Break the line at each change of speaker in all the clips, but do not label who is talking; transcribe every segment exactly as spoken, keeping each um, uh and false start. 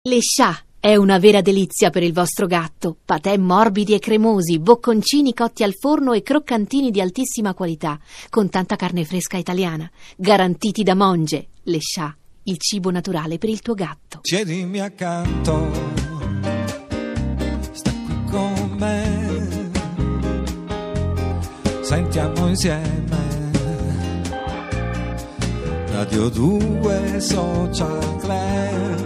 Le Scià è una vera delizia per il vostro gatto. Patè morbidi e cremosi, bocconcini cotti al forno e croccantini di altissima qualità, con tanta carne fresca italiana, garantiti da Monge. Le Scià, il cibo naturale per il tuo gatto.
Tienimi accanto, sta qui con me, sentiamo insieme Radio due Social Club.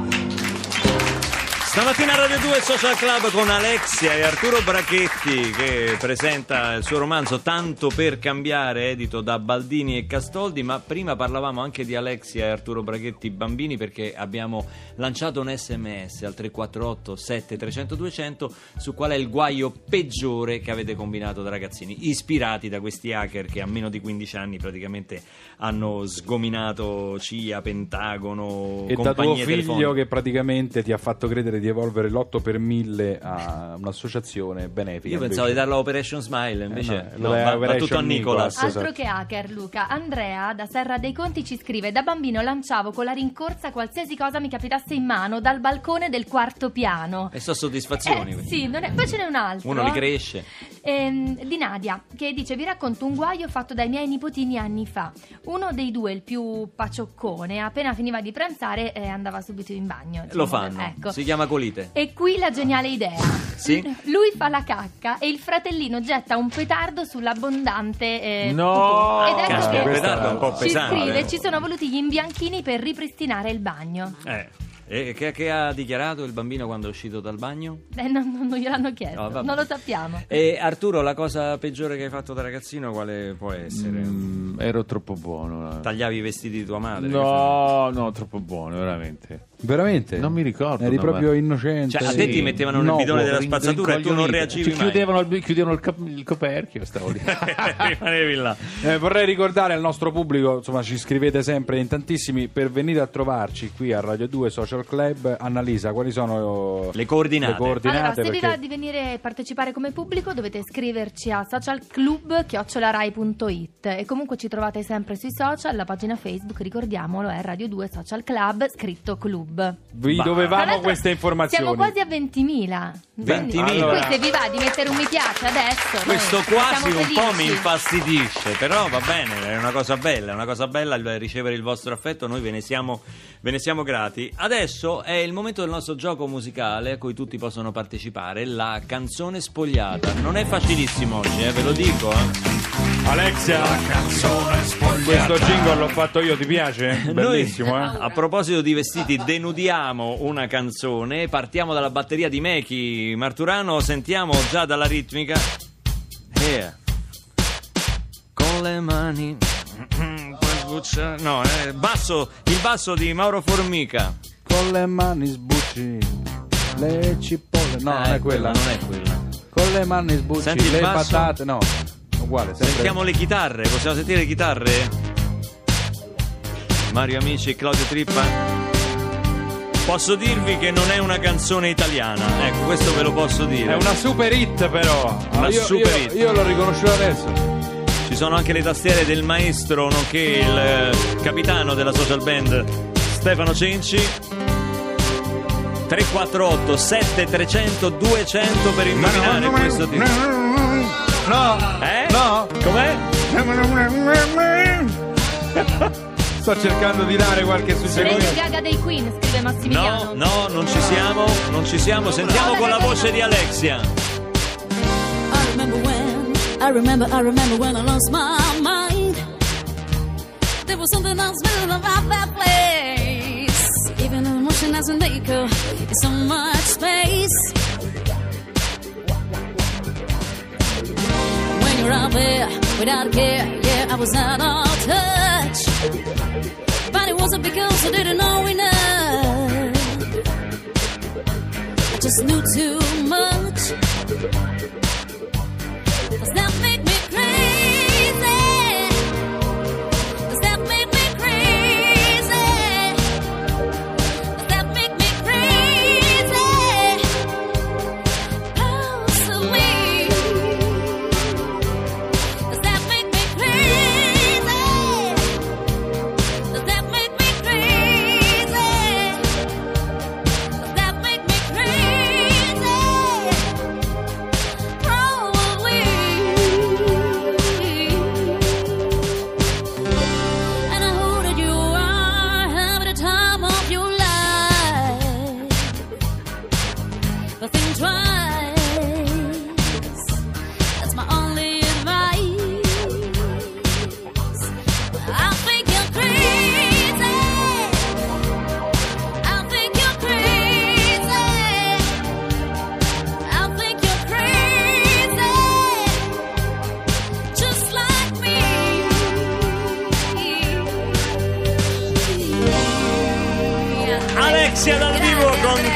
Stamattina Radio due Social Club con Alexia e Arturo Brachetti, che presenta il suo romanzo Tanto per cambiare, edito da Baldini e Castoldi. Ma prima parlavamo anche di Alexia e Arturo Brachetti bambini, perché abbiamo lanciato un sms al tre quattro otto sette tre zero zero due zero zero su qual è il guaio peggiore che avete combinato da ragazzini, ispirati da questi hacker che a meno di quindici anni praticamente hanno sgominato C I A, Pentagono,
e da tuo figlio
telefoniche,
che praticamente ti ha fatto credere di evolvere l'otto per mille a un'associazione benefica.
Io pensavo
invece.
di darla a Operation Smile, invece
Eh
no,
no,
va, va
Operation
tutto a Nicolas.
Nicolas.
Altro
Esatto.
che hacker, Luca. Andrea da Serra dei Conti ci scrive: da bambino lanciavo con la rincorsa qualsiasi cosa mi capitasse in mano dal balcone del quarto piano.
E so soddisfazioni.
Eh,
quindi.
sì, non è... poi ce n'è un altro.
Uno li cresce.
Ehm, di Nadia, che dice: vi racconto un guaio fatto dai miei nipotini anni fa. Uno dei due, il più pacioccone, appena finiva di pranzare eh, andava subito in bagno.
Lo
diciamo.
fanno,
Ecco.
si chiama colite.
E qui la geniale idea.
Sì?
Lui fa la cacca e il fratellino getta un petardo sull'abbondante eh,
No!
pupù. Ed ecco
Caspita,
che
il petardo è un po'
ci
pesante.
scrive: ci sono voluti gli imbianchini per ripristinare il bagno.
Eh. E che, che ha dichiarato il bambino quando è uscito dal bagno?
Eh, non, non, non gliel'hanno chiesto,
No, vabbè.
non lo sappiamo.
E Arturo, la cosa peggiore che hai fatto da ragazzino quale può essere?
Mm, ero troppo buono.
Tagliavi i vestiti di tua madre?
No, no, troppo buono, veramente.
Veramente?
Non mi ricordo.
Eri
no,
proprio
ma-
innocente.
Cioè, a
Sì.
te ti mettevano nel
No,
bidone della
rin-
spazzatura e tu non
rincoglionito.
reagivi
Ci
mai.
chiudevano, il, chiudevano il, cap- il coperchio, stavo lì.
Rimanevi là.
Eh, vorrei ricordare al nostro pubblico, insomma, ci scrivete sempre in tantissimi, per venire a trovarci qui a Radio due Social Club. Annalisa, quali sono
Le coordinate.
le coordinate?
Allora, se vi
perché-
va di venire a partecipare come pubblico dovete iscriverci a socialclub chiocciola rai punto it e comunque ci trovate sempre sui social, la pagina Facebook, ricordiamolo, è Radio due Social Club, scritto club.
Vi
Bah.
Tra
dovevamo
l'altro,
queste informazioni.
Siamo quasi a ventimila.
ventimila.
Quindi,
Allora-
se vi va di mettere un mi piace adesso,
Questo
noi
quasi
siamo
un po' mi
felici.
infastidisce, però va bene, è una cosa bella, è una cosa bella il ricevere il vostro affetto, noi ve ne siamo, ve ne siamo grati. Adesso è il momento del nostro gioco musicale a cui tutti possono partecipare, la canzone spogliata. Non è facilissimo oggi, eh, ve lo dico. Eh.
Alexia, questo jingle l'ho fatto io, ti piace? Bellissimo,
Noi,
eh?
a proposito di vestiti, denudiamo una canzone, partiamo dalla batteria di Mechi Marturano, sentiamo già dalla ritmica. Yeah. Con le mani puoi sbucciare. No, eh, basso, il basso di Mauro Formica.
Con le mani sbucci le cipolle. No,
Ah,
non è quella.
non è quella.
Con le mani sbucci
Senti il
le
basso?
patate. No, uguale. Sempre.
Sentiamo le chitarre, possiamo sentire le chitarre? Mario Amici, Claudio Trippa. Posso dirvi che non è una canzone italiana, ecco, questo ve lo posso dire.
È una super hit, però.
Una
io,
super
io-
hit.
Io l'ho riconosciuto adesso.
Ci sono anche le tastiere del maestro, nonché il eh, capitano della social band Stefano Cenci. tre quattro otto sette tre zero zero due zero zero per indovinare questo titolo.
No,
Eh?
no.
Com'è?
Sto cercando di dare qualche
Lady
suggerimento.
Gaga dei Queen, scrive Massimiliano.
No, no, non ci siamo, non ci siamo. Sentiamo con la voce di Alexia.
I remember when, I remember, I remember when I lost my mind. There was something else moving about that place. Even emotion doesn't make up in so much space. When you're out there without a care, yeah, I was out of touch. But it wasn't because I didn't know enough. I just knew too much. Does that make me crazy? Does that make me crazy? Does that make me crazy? Possibly. Does that make me crazy? Does that make me crazy?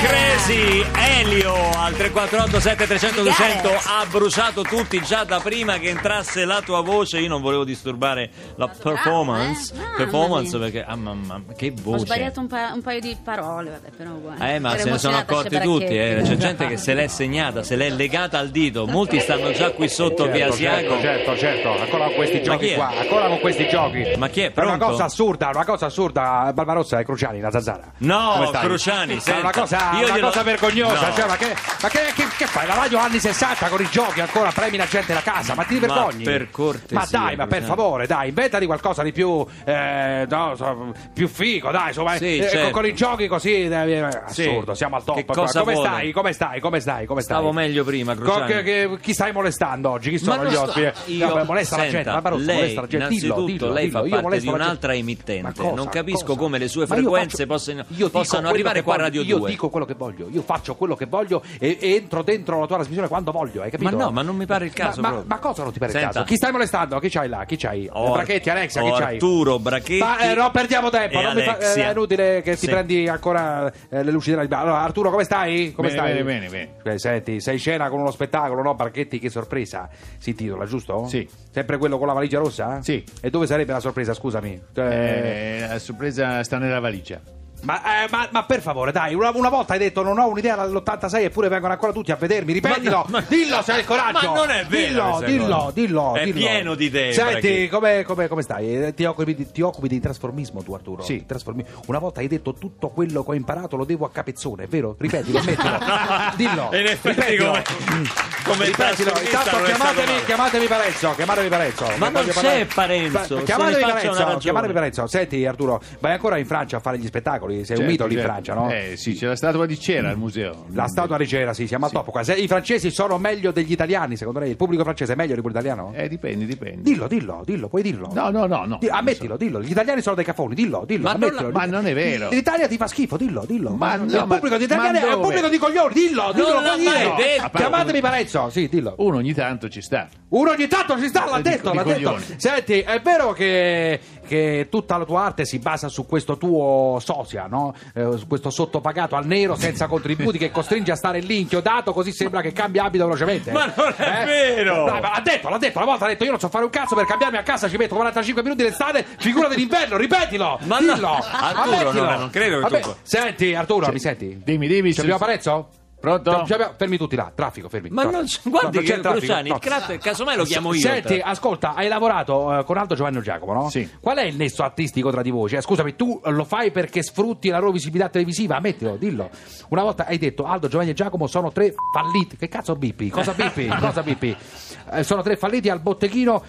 Crazy, Elio al tre quattro otto sette tre zero zero due zero zero ha bruciato tutti già da prima che entrasse la tua voce. Io non volevo disturbare la performance,
Brava, eh?
performance
Mamma
perché ah, mamma, che
Ho
voce.
sbagliato un, pa- un paio di parole, vabbè, però uguale.
Eh, ma
Ero
se ne sono
emozionata,
accorti
c'è
tutti,
Bracchetti.
eh. C'è gente che se l'è segnata, se l'è legata al dito. Molti stanno già qui sotto via Asiago.
certo, certo, certo, ancora con questi
Ma
giochi
chi è?
qua, ancora con questi giochi.
Ma chi è?
È una
Pronto?
cosa assurda, una cosa assurda. Barbarossa e Cruciani, la zanzara.
No,
Come stai?
Cruciani,
È
senta,
una cosa,
io
una
glielo-
cosa vergognosa.
No.
Cioè, ma che, ma che, che, che fai? La radio anni sessanta con i giochi ancora premi la gente da casa, ma ti
Ma
vergogni?
per cortesia,
Ma dai, ma per
Cruciani.
favore, dai, inventati qualcosa di più, eh, no, so, più figo, dai, insomma,
Sì,
eh,
certo.
con, con i giochi così, eh,
Sì.
assurdo, siamo al top.
Che
qua.
cosa
Come
vuole?
stai? Come stai? Come stai? Come stai?
Stavo meglio prima,
Co-
Cruciani.
che- che- chi stai molestando oggi? Chi sono
Ma non
gli
sto-
ospiti?
io-
Vabbè, molesta la
senta,
gente, Barbarossa,
lei,
molesta la gente. Dillo,
innanzitutto,
dillo,
lei
dillo,
fa
io
parte
molesto
di
la gente.
un'altra emittente.
Ma cosa?
Non capisco
Cosa?
come le sue
Ma io
frequenze
faccio-
possano,
io dico
possano
quello
arrivare
che
qua a
voglio,
Radio
io
due.
dico quello che voglio, io faccio quello che voglio e, e entro dentro la tua trasmissione quando voglio, hai capito?
Ma no, ma non mi pare il caso
Ma, ma,
proprio.
ma cosa non ti pare
Senta.
il caso? Chi stai molestando? Chi c'hai là? Chi c'hai?
Ho-
Bracchetti, Alexia,
ho
chi c'hai?
Arturo Bracchetti.
Ma eh, non perdiamo tempo,
e
non mi fa-
Alexia.
è inutile che ti
Sì.
prendi ancora eh, le luci della. Allora, Arturo, come stai? Come
Bene,
stai?
bene, bene, bene.
Eh, senti, sei in scena con uno spettacolo, no? Bracchetti, che sorpresa. Si intitola, giusto?
Sì.
Sempre quello con la valigia rossa?
Sì.
E dove sarebbe la sorpresa, scusami? Eh,
Eh, la sorpresa sta nella valigia.
Ma, eh, ma, ma per favore, dai, una, una volta hai detto non ho un'idea dall'ottantasei eppure vengono ancora tutti a vedermi. Ripetilo,
Ma no, ma-
dillo se hai il coraggio.
Ma non è vero
Dillo,
questa
dillo,
cosa.
dillo,
È
dillo.
pieno di idee,
Senti,
Bracchetti.
come, come, come stai? Eh, Ti occupi, di, ti occupi di trasformismo tu, Arturo?
Sì.
Trasformi- Una volta hai detto tutto quello che ho imparato lo devo a Capezzone, è vero? Ripetilo, ammettilo. Dillo.
In effetti
ripetilo.
come, come
Ripetilo,
trasformista
intanto
non è stato
chiamatemi,
male.
chiamatemi Parenzo, chiamatemi Parenzo.
Ma
Che
non
voglio
c'è
parlare-
Parenzo,
Ba-
se ne
Chiamatemi
faccia
Parenzo,
una ragione.
chiamatemi Parenzo. Senti Arturo, vai ancora in Francia a fare gli spettacoli? Sei un
Certo,
mito lì in
certo.
Francia, no?
Eh sì, c'è la statua di cera al museo.
La statua di cera, sì, siamo al top qua. Se- I francesi sono meglio degli italiani, secondo lei? Il pubblico francese è meglio di quello italiano?
Eh, dipende, dipende.
Dillo, dillo, dillo, puoi dirlo.
No, no, no, no.
Di- ammettilo, dillo. Gli italiani sono dei cafoni, dillo, dillo.
Ma non
ammettilo.
la- ma non è vero.
L'Italia ti fa schifo, dillo, dillo.
Ma
il
no, ma-
pubblico di italiani
ma
è un
dove?
pubblico di coglioni, dillo, dillo,
Non l'ha
puoi
mai
dirlo.
detto.
Chiamatemi Parenzo, sì, dillo.
Uno ogni tanto ci sta.
Uno ogni tanto ci sta, l'ha
Di-
detto,
di
l'ha detto.
coglioni.
Senti, è vero che, che tutta la tua arte si basa su questo tuo sosia, no? Eh, su questo sottopagato al nero senza contributi che costringe a stare lì inchiodato così sembra che cambia abito velocemente.
Ma non è
Eh?
vero!
Dai, ma l'ha detto, l'ha detto, una volta ha detto io non so fare un cazzo per cambiarmi a casa, ci metto quarantacinque minuti l'estate, figura d'inverno, ripetilo!
Ma no,
dillo,
Arturo,
ammettilo.
non- non credo che tu-
Vabbè, senti, Arturo, mi senti?
Dimmi, dimmi.
Ci abbiamo Parenzo?
Pronto?
Ci abbiamo- Fermi tutti là, traffico, fermi.
Ma
No.
non c- guardi
No, non c'è
che
traffico,
Cruciani,
no.
il craft, casomai lo chiamo io.
Senti,
tra-
ascolta, hai lavorato eh, con Aldo, Giovanni e Giacomo, no?
Sì.
Qual è il nesso artistico tra di voi? Cioè, scusami, tu lo fai perché sfrutti la loro visibilità televisiva? Ammettilo, dillo. Una volta hai detto Aldo, Giovanni e Giacomo sono tre falliti. Che cazzo bippi? Cosa bippi? Cosa bippi? Eh, sono tre falliti al botteghino,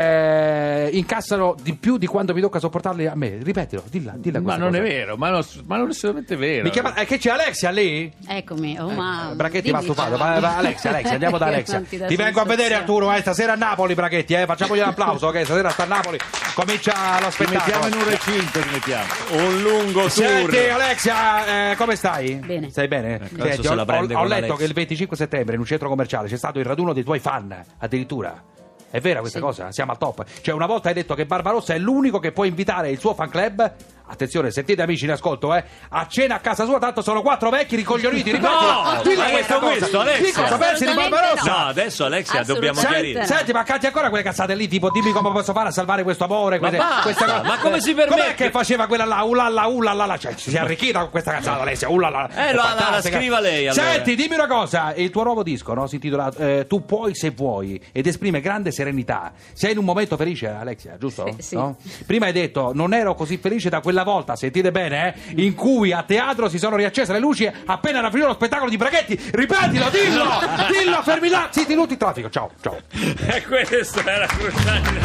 eh, incassano di più di quanto mi tocca sopportarli a me. Ripetilo, dilla, dilla
Ma
questa
non è
cosa.
vero, ma, non- ma non è assolutamente vero.
Mi chiama, eh, che c'è Alexia lì?
Eccomi, oh ma...
Eh, Bracchetti mi ha
dimmi,
stufato.
ciao.
Va- va- Alexia, Alexia, andiamo da Alexia.
Non ti dà
Ti vengo a vedere
sensazione.
Arturo, eh, stasera a Napoli, Bracchetti, eh. Facciamogli un applauso, ok? Stasera sta a Napoli. Comincia lo
Ci mettiamo
spettacolo.
in un recinto, ci mettiamo.
Un lungo tour.
Senti Alexia, eh, come stai?
Bene.
Stai bene?
adesso
Senti,
se
ho,
la prende
ho- ho
con
letto
Alexia.
che il venticinque settembre in un centro commerciale c'è stato il raduno dei tuoi fan, addirittura. È vera questa
Sì.
cosa? Siamo al top. Cioè, una volta hai detto che Barbarossa è l'unico che può invitare il suo fan club. Attenzione, sentite amici in ascolto, eh. A cena a casa sua, tanto sono quattro vecchi ricoglioniti. Ripetilo.
No,
Dillo
ma hai
questa
detto
cosa.
questo, Alexia?
Di cosa pensi di
Assolutamente
Barbarossa?
No, adesso Alexia dobbiamo
Assolutamente.
chiarire.
Senti, ma canti ancora quelle cazzate lì, tipo dimmi come posso fare a salvare questo amore.
Ma
queste-
basta,
questa cosa-
ma come si permette?
Com'è che faceva quella là, ulala, ulala, cioè si è arricchita con questa cazzata, Alessia, ulala.
Eh,
è
la- la-
fantastica.
la scriva lei, allora.
Senti, dimmi una cosa, il tuo nuovo disco, no? Si intitola eh, Tu puoi se vuoi ed esprime grande serenità. Sei in un momento felice, Alexia, giusto?
Sì, sì.
No? Prima hai detto non ero così felice da quella volta, sentite bene, eh, in cui a teatro si sono riaccese le luci appena era finito lo spettacolo di Braghetti. Ripetilo, dillo! Dillo, fermi là! Zitti tutti in traffico. Ciao, ciao.
E questo era Cruciani.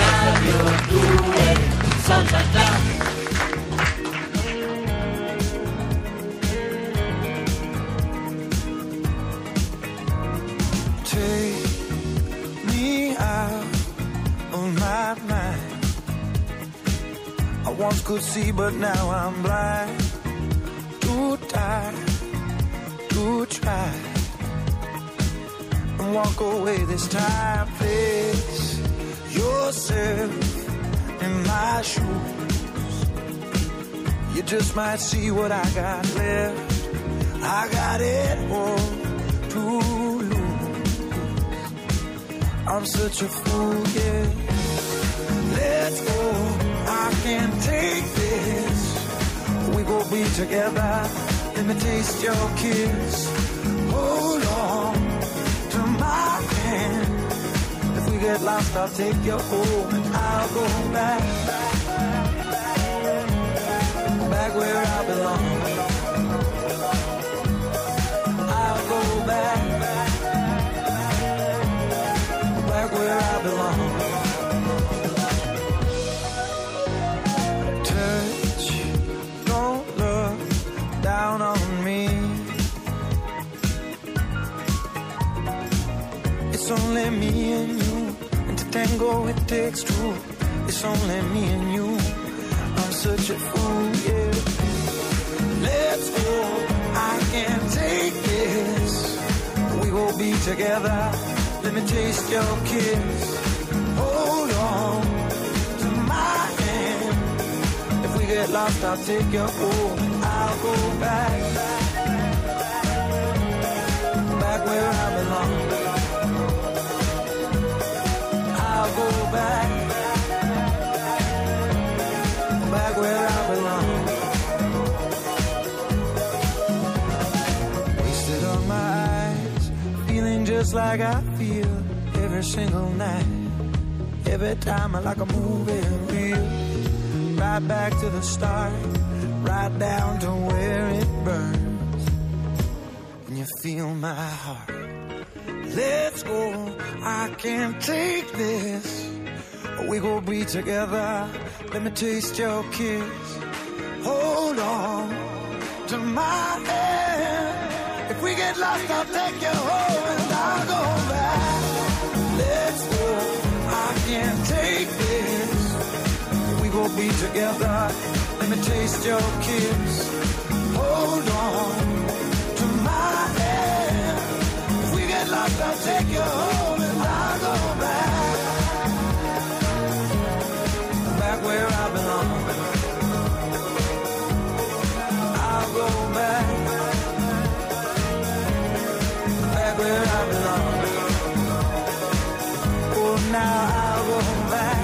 Take me out of my mind. I once could see, but now I'm blind. Too tired to try and walk away this time. Place yourself in my shoes. You just might see what I got left I got it all to lose. I'm such a fool, yeah. Let's go, I can't take this. We gon' be together. Let me taste your kiss. Hold on to my hand. If we get lost, I'll take you home and I'll go back, back where I belong. I'll go back, back where I belong. Touch, don't look down on me. It's only me and you, and to tango it takes two. It's only me and you. I'm such a fool, yeah. Let's go, I can't take this. We will be together. Let me taste your kiss. Hold on to my hand. If we get lost, I'll take you home. I'll go back, back where I belong. I'll go back, back where I belong. Wasted on my eyes, feeling just like I feel every single night. Every time I like a movie reel. Right back to the start, right down to where it burns. And you feel my heart. Let's go, I can't take this. We gon' be together. Let me taste your kiss. Hold on to my hand. If we get lost, I'll take you home and I'll go back. Let's go, I can't take this. We gon' be together. Let me taste your kiss. Hold on to my hand. If we get lost, I'll take you home and I'll go back, back where I belong. I'll go back, back where I belong. Oh, now I'll go back.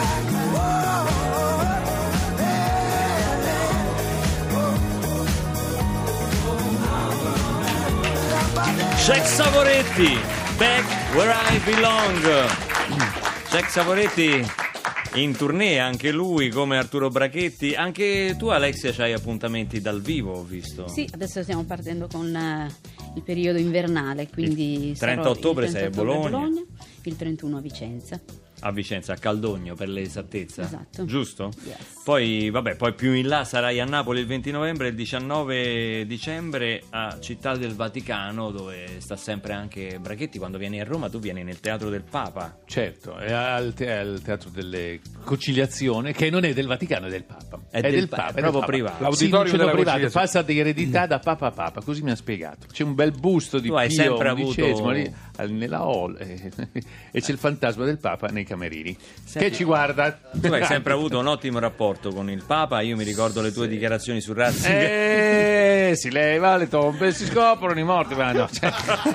Jack Savoretti, Back Where I Belong. Jack Savoretti in tournée, anche lui come Arturo Brachetti. Anche tu, Alexia, c'hai appuntamenti dal vivo, ho visto.
Sì, adesso stiamo partendo con uh, il periodo invernale, quindi
il trenta ottobre sei a Bologna.
Bologna, il trentuno a Vicenza.
A Vicenza, a Caldogno per l'esattezza,
esatto.
Giusto?
Yes.
Poi, vabbè, poi più in là sarai a Napoli il venti novembre e il diciannove dicembre a Città del Vaticano, dove sta sempre anche Brachetti. Quando vieni a Roma tu vieni nel Teatro del Papa.
Certo, è al, te- al Teatro delle Conciliazioni, che non è del Vaticano, è del Papa.
È, è del, Papa, è proprio
Papa.
privato.
L'auditorio sì, della privato, passa di eredità da Papa a Papa, così mi ha spiegato. C'è un bel busto di
tu hai
Pio
sempre
undicesimo
avuto...
lì nella hall eh, e c'è il fantasma del Papa nei camerini
Senti,
che ci guarda.
Tu hai sempre avuto un ottimo rapporto con il Papa. Io mi ricordo le tue sì. dichiarazioni su Ratzinger.
Eh, si leva le tombe, si scoprono i morti. Ma no, cioè,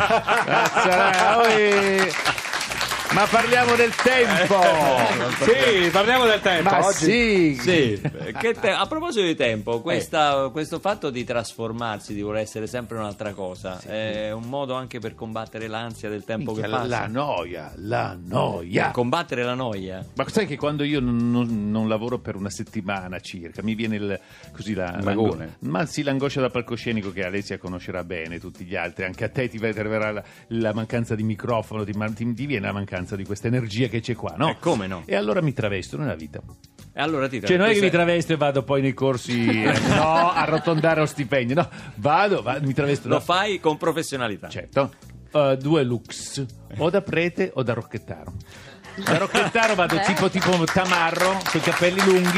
ma parliamo del tempo.
Sì, parliamo del tempo.
Ma
oggi...
sì,
sì. Che te... A proposito di tempo, questa, eh. questo fatto di trasformarsi, di voler essere sempre un'altra cosa, sì. è un modo anche per combattere l'ansia del tempo
Minchia,
che passa.
La noia, la noia.
Per combattere la noia.
Ma sai che quando io non, non, non lavoro per una settimana circa, mi viene il, così la,
l'angoscia.
Ma sì, l'angoscia da palcoscenico che Alessia conoscerà bene, tutti gli altri, anche a te ti arriverà la, la mancanza di microfono, ti, ti, ti viene la mancanza di questa energia che c'è qua, no?
E come no?
E allora mi travesto nella vita.
E allora ti
Cioè non è che
sei...
mi travesto e vado poi nei corsi eh, no, a arrotondare lo stipendio, no, vado, vado mi travesto.
Lo
no.
fai con professionalità.
Certo. Uh, due looks, o da prete o da rocchettaro. Da rocchettaro vado tipo tipo tamarro, con i capelli lunghi.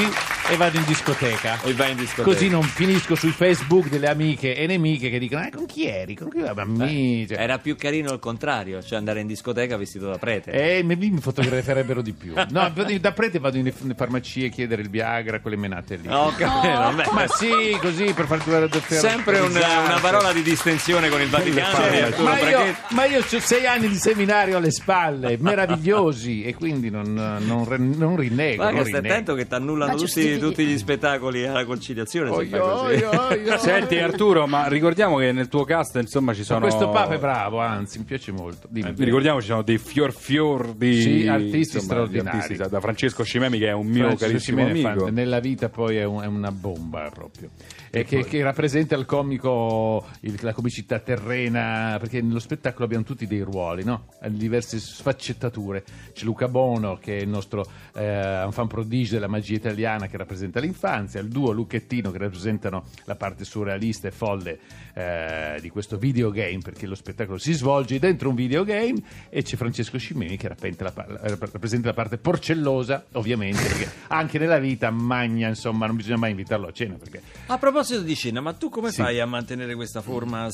e vado in discoteca.
E vai in discoteca.
Così non finisco sui Facebook delle amiche e nemiche che dicono: eh, con chi eri? Con chi eri? Mamma, cioè,
Era più carino il contrario, cioè andare in discoteca vestito da prete.
Eh, mi, mi fotograferebbero di più. No, da prete vado in farmacie a chiedere il Viagra, quelle menate lì.
Oh, che vabbè.
Ma sì, così per far durare il
Sempre un- una parola di distensione con il Vaticano. di Arturo
Ma io,
Brachetti.
ma io ho sei anni di seminario alle spalle, meravigliosi, e quindi non, non, re- non rinnego.
Guarda
non
che stai
rinnego.
attento che ti annullano
Ma
tutti,
giustifichi-
tutti gli spettacoli alla conciliazione se
Oi,
fai così.
oi, oi, oi.
Senti Arturo, ma ricordiamo che nel tuo cast insomma ci
Ma
sono...
questo Papa è bravo, anzi, mi piace molto. Dimmi.
Eh, ricordiamo ci sono dei fior fior di
Sì, artisti
insomma, di
straordinari.
artisti, da Francesco Scimemi che è un mio
Francesco
carissimo
Scimene è
amico.
fan- nella vita poi è, un- è una bomba proprio. E
E
che,
poi-
che rappresenta il comico, il- la comicità terrena, perché nello spettacolo abbiamo tutti dei ruoli, no? Diverse sfaccettature. C'è Luca Bono che è il nostro eh, enfant prodige della magia italiana, che rappresenta l'infanzia, il duo Lucchettino che rappresentano la parte surrealista e folle eh, di questo videogame, perché lo spettacolo si svolge dentro un videogame, e c'è Francesco Scimemi che rappresenta la, par- rappresenta la parte porcellosa, ovviamente, perché anche nella vita magna, insomma, non bisogna mai invitarlo a cena, perché
A proposito di cena, ma tu come
Sì.
fai a mantenere questa forma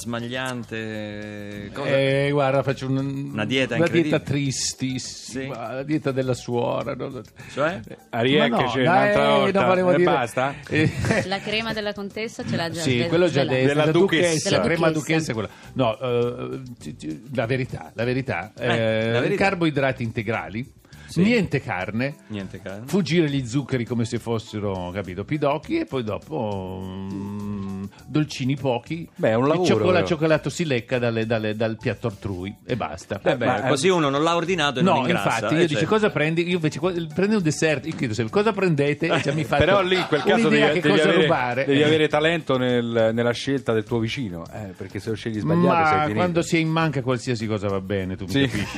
smagliante? Cosa-
Eh, guarda, faccio un-
Una dieta
una
incredibile.
dieta tristissima, la dieta della suora. no?
Cioè?
Ariel
Ma
che
no,
c'è
dai,
un'altra volta
no, volevo
e
dire-
basta?
Eh,
La crema della contessa ce l'ha già.
sì,
de-
quello già
della-
detto,
Della
la
duchessa.
la
Della
crema
duchessa.
duchessa è quella. No, eh, c- c- la verità, la verità,
Eh,
eh,
la verità.
carboidrati integrali,
Sì.
niente carne.
Niente carne.
Fuggire gli zuccheri come se fossero, capito, pidocchi, e poi dopo mm, dolcini pochi.
Beh, è un lavoro,
Il cioccolato,
però.
cioccolato si lecca dalle- dalle- dal piatto altrui e basta.
Eh beh,
Ma-
così uno non l'ha ordinato e non
No,
ingrassa.
infatti,
eh,
io dice
cioè.
cosa prendi? Io invece qua- prendo un dessert, io chiedo sempre cosa prendete, e già mi fa
Però lì in quel caso
un'idea
devi,
che
devi
cosa
avere,
rubare.
devi
Eh.
avere talento nel- nella scelta del tuo vicino, eh, perché se lo scegli sbagliato sei
Ma
finito.
quando si è in manca qualsiasi cosa va bene, tu
Sì.
mi capisci?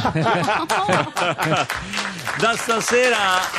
Da stasera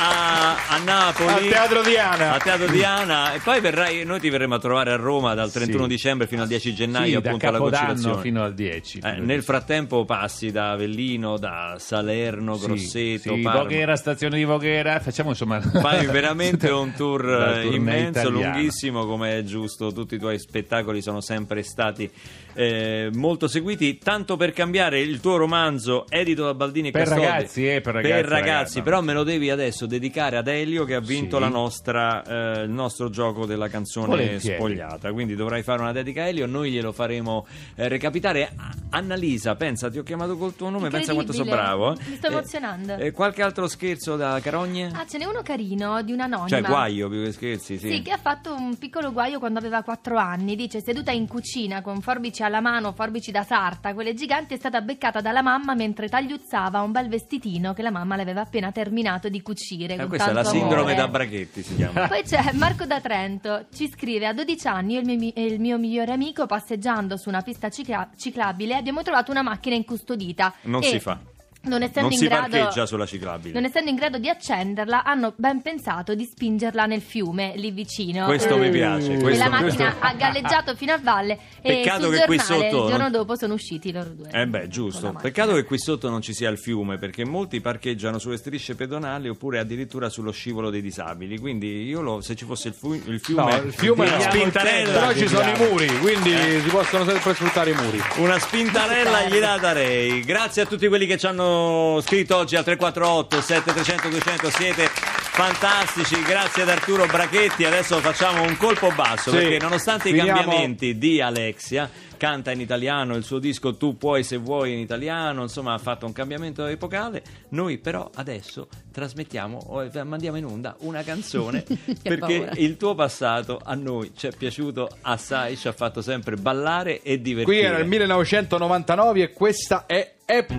a, a Napoli
Al Teatro Diana.
a Teatro Diana, e poi verrai, noi ti verremo a trovare a Roma dal trentuno
Sì.
dicembre fino al dieci gennaio,
Sì, da
appunto alla
Capodanno
conciliazione.
fino al dieci.
Eh, nel frattempo passi da Avellino, da Salerno,
Sì,
Grosseto,
sì,
Parma.
Voghera, stazione di Voghera, facciamo insomma
Fai veramente un tour
La
eh,
tournée
immenso,
italiana.
lunghissimo, come è giusto. Tutti i tuoi spettacoli sono sempre stati eh, molto seguiti. Tanto per cambiare, il tuo romanzo edito da Baldini e
Per
Castoldi,
ragazzi, eh, per ragazzi,
ragazzi,
ragazzi.
però me lo devi adesso dedicare ad Elio che ha vinto
Sì.
la nostra, eh, il nostro gioco della canzone
Volentieri.
spogliata. Quindi dovrai fare una dedica a Elio, noi glielo faremo eh, recapitare. A- Annalisa, pensa, ti ho chiamato col tuo nome, pensa quanto sono bravo.
Mi sto
Eh,
emozionando.
eh, qualche altro scherzo da Carogne?
Ah, ce n'è uno carino di un'anonima.
Cioè guaio più che scherzi, sì.
Sì, che ha fatto un piccolo guaio quando aveva quattro anni. Dice, seduta in cucina con forbici alla mano, forbici da sarta, quelle giganti, è stata beccata dalla mamma mentre tagliuzzava un bel vestitino che la mamma le aveva appena terminato di cucire.
Eh,
con
questa è la
tanto
sindrome
amore.
da Brachetti, si chiama.
Poi c'è Marco da Trento, ci scrive: a dodici anni io e il mio, e il mio migliore amico, passeggiando su una pista cicla- ciclabile, abbiamo trovato una macchina incustodita.
Non
e
si fa.
Non essendo,
Non
in
si
grado,
parcheggia sulla ciclabile.
non essendo in grado di accenderla, hanno ben pensato di spingerla nel fiume lì vicino.
Questo mi
Eh,
piace.
e
Questo
la
mi-
macchina ha galleggiato fino a valle.
Peccato
e sul
che qui
giornale
sotto
il giorno
non-
dopo sono usciti loro due.
Eh beh,
con
giusto.
la macchina.
Peccato che qui sotto non ci sia il fiume, perché molti parcheggiano sulle strisce pedonali oppure addirittura sullo scivolo dei disabili. Quindi io lo, se ci fosse il, fu- il fiume,
No, il fiume
una
no.
spintarella,
Però ci sono i muri, quindi
Eh.
si possono sempre sfruttare i muri.
una spintarella gliela darei. Grazie a tutti quelli che ci hanno scritto oggi al tre quattro otto sette tre zero zero due zero zero, siete fantastici. Grazie ad Arturo Brachetti. Adesso facciamo un colpo basso,
Sì.
perché nonostante
Finiamo-
i cambiamenti di Alexia, canta in italiano, il suo disco Tu puoi se vuoi in italiano, insomma ha fatto un cambiamento epocale. Noi però adesso trasmettiamo o eh, mandiamo in onda una canzone perché
paura.
il tuo passato a noi ci è piaciuto assai, ci ha fatto sempre ballare e divertire.
Qui era il millenovecentonovantanove e questa è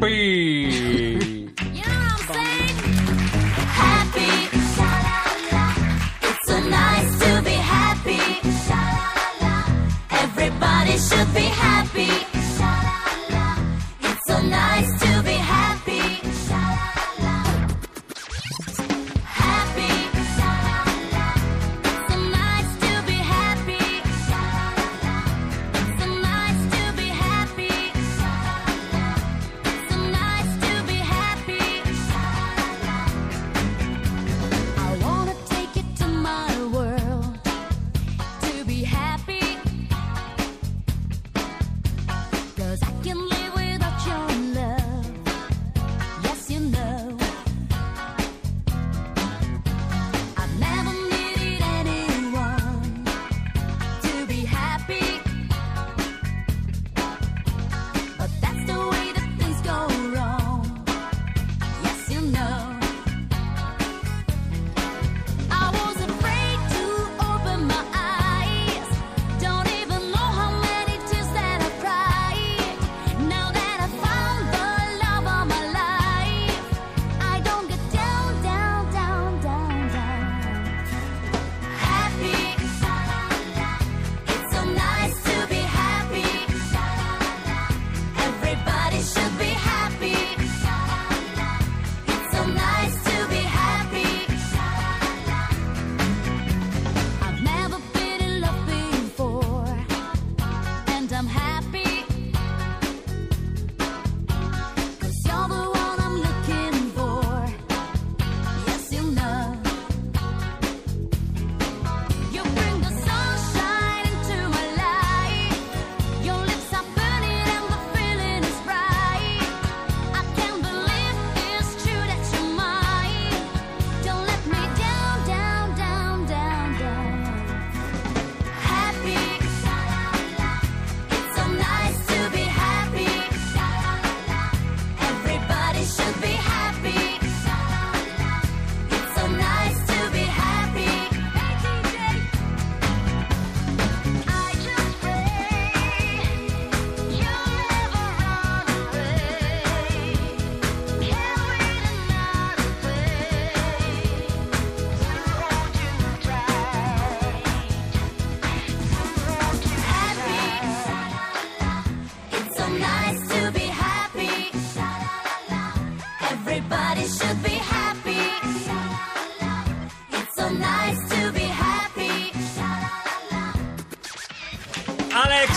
Happy.
You know what I'm saying? Happy, sha-la-la. It's so nice to be happy, sha-la-la. Everybody should be happy, sha-la-la. It's so nice to be happy, sha-la-la. Happy, sha-la-la. It's so nice to be happy, sha-la-la. It's so nice to be happy, sha-la-la. It's so nice to be happy.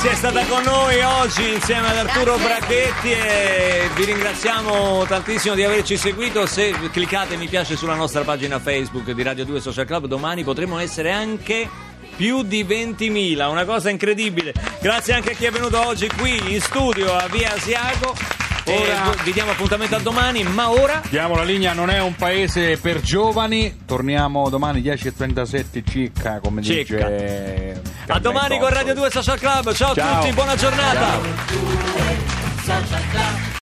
Alessia è stata con noi oggi insieme ad Arturo Brachetti e vi ringraziamo tantissimo di averci seguito. Se cliccate mi piace sulla nostra pagina Facebook di Radio due Social Club, domani potremo essere anche più di ventimila, una cosa incredibile. Grazie anche a chi è venuto oggi qui in studio a Via Asiago. Ora vi diamo appuntamento a domani, ma ora
diamo la linea. Non è un paese per giovani. Torniamo domani dieci e trentasette circa, come
Circa.
dice
a domani con Radio due Social Club. Ciao,
Ciao.
a tutti, buona giornata.
Ciao.